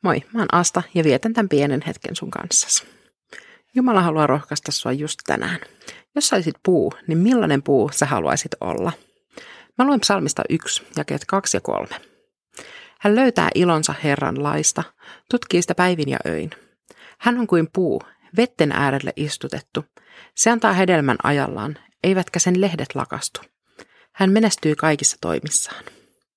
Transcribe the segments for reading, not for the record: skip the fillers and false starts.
Moi, mä oon Asta ja vietän tämän pienen hetken sun kanssasi. Jumala haluaa rohkaista sua just tänään. Jos sä olisit puu, niin millainen puu sä haluaisit olla? Mä luen psalmista 1, jakeet 2 ja 3. Hän löytää ilonsa Herran laista, tutkii sitä päivin ja öin. Hän on kuin puu, vetten äärelle istutettu. Se antaa hedelmän ajallaan, eivätkä sen lehdet lakastu. Hän menestyy kaikissa toimissaan.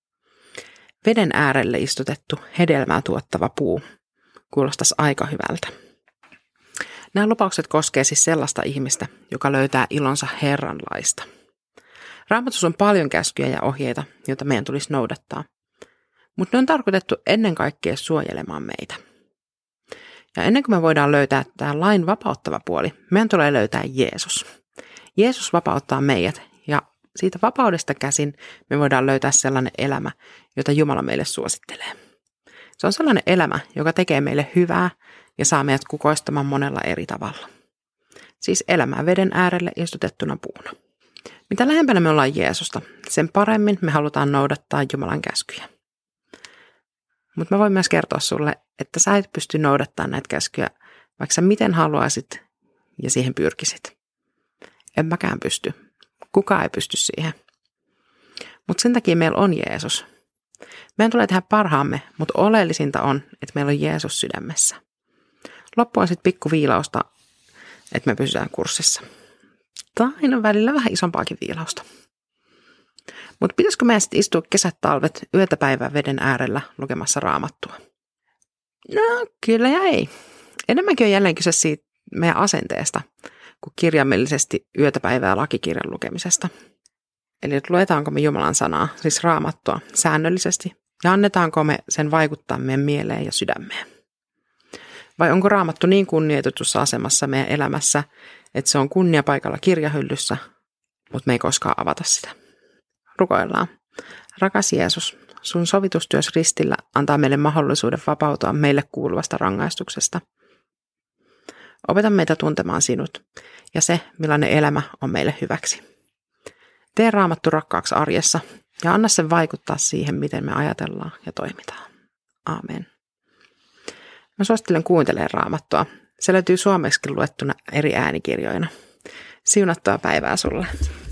Veden äärelle istutettu, hedelmää tuottava puu. Kuulostaisi aika hyvältä. Nämä lupaukset koskee siis sellaista ihmistä, joka löytää ilonsa Herran laista. Raamatussa on paljon käskyjä ja ohjeita, joita meidän tulisi noudattaa. Mutta ne on tarkoitettu ennen kaikkea suojelemaan meitä. Ja ennen kuin me voidaan löytää tämä lain vapauttava puoli, meidän tulee löytää Jeesus. Jeesus vapauttaa meidät ja siitä vapaudesta käsin me voidaan löytää sellainen elämä, jota Jumala meille suosittelee. Se on sellainen elämä, joka tekee meille hyvää ja saa meidät kukoistamaan monella eri tavalla. Siis elämää veden äärelle istutettuna puuna. Mitä lähempänä me ollaan Jeesusta, sen paremmin me halutaan noudattaa Jumalan käskyjä. Mutta mä voin myös kertoa sulle, että sä et pysty noudattamaan näitä käskyjä, vaikka sä miten haluaisit ja siihen pyrkisit. En mäkään pysty. Kukaan ei pysty siihen. Mutta sen takia meillä on Jeesus. Meidän tulee tehdä parhaamme, mutta oleellisinta on, että meillä on Jeesus sydämessä. Loppu on sitten pikku viilausta, että me pysytään kurssissa. Tai on välillä vähän isompaakin viilausta. Mutta pitäisikö meidän sitten istua kesät talvet yötä päivää veden äärellä lukemassa Raamattua? No kyllä ja ei. Enemmänkin on jälleen kyse siitä meidän asenteesta kuin kirjaimellisesti yötä päivää lakikirjan lukemisesta. Eli luetaanko me Jumalan sanaa, siis Raamattua, säännöllisesti ja annetaanko me sen vaikuttaa meidän mieleen ja sydämeen? Vai onko Raamattu niin kunnioitetussa asemassa meidän elämässä, että se on kunniapaikalla kirjahyllyssä, mutta me ei koskaan avata sitä? Rukoillaan. Rakas Jeesus, sun sovitustyös ristillä antaa meille mahdollisuuden vapautua meille kuuluvasta rangaistuksesta. Opeta meitä tuntemaan sinut ja se, millainen elämä on meille hyväksi. Tee Raamattu rakkaaksi arjessa ja anna sen vaikuttaa siihen, miten me ajatellaan ja toimitaan. Aamen. Mä suosittelen kuuntelemaan Raamattua. Se löytyy suomeksi luettuna eri äänikirjoina. Siunattua päivää sulle.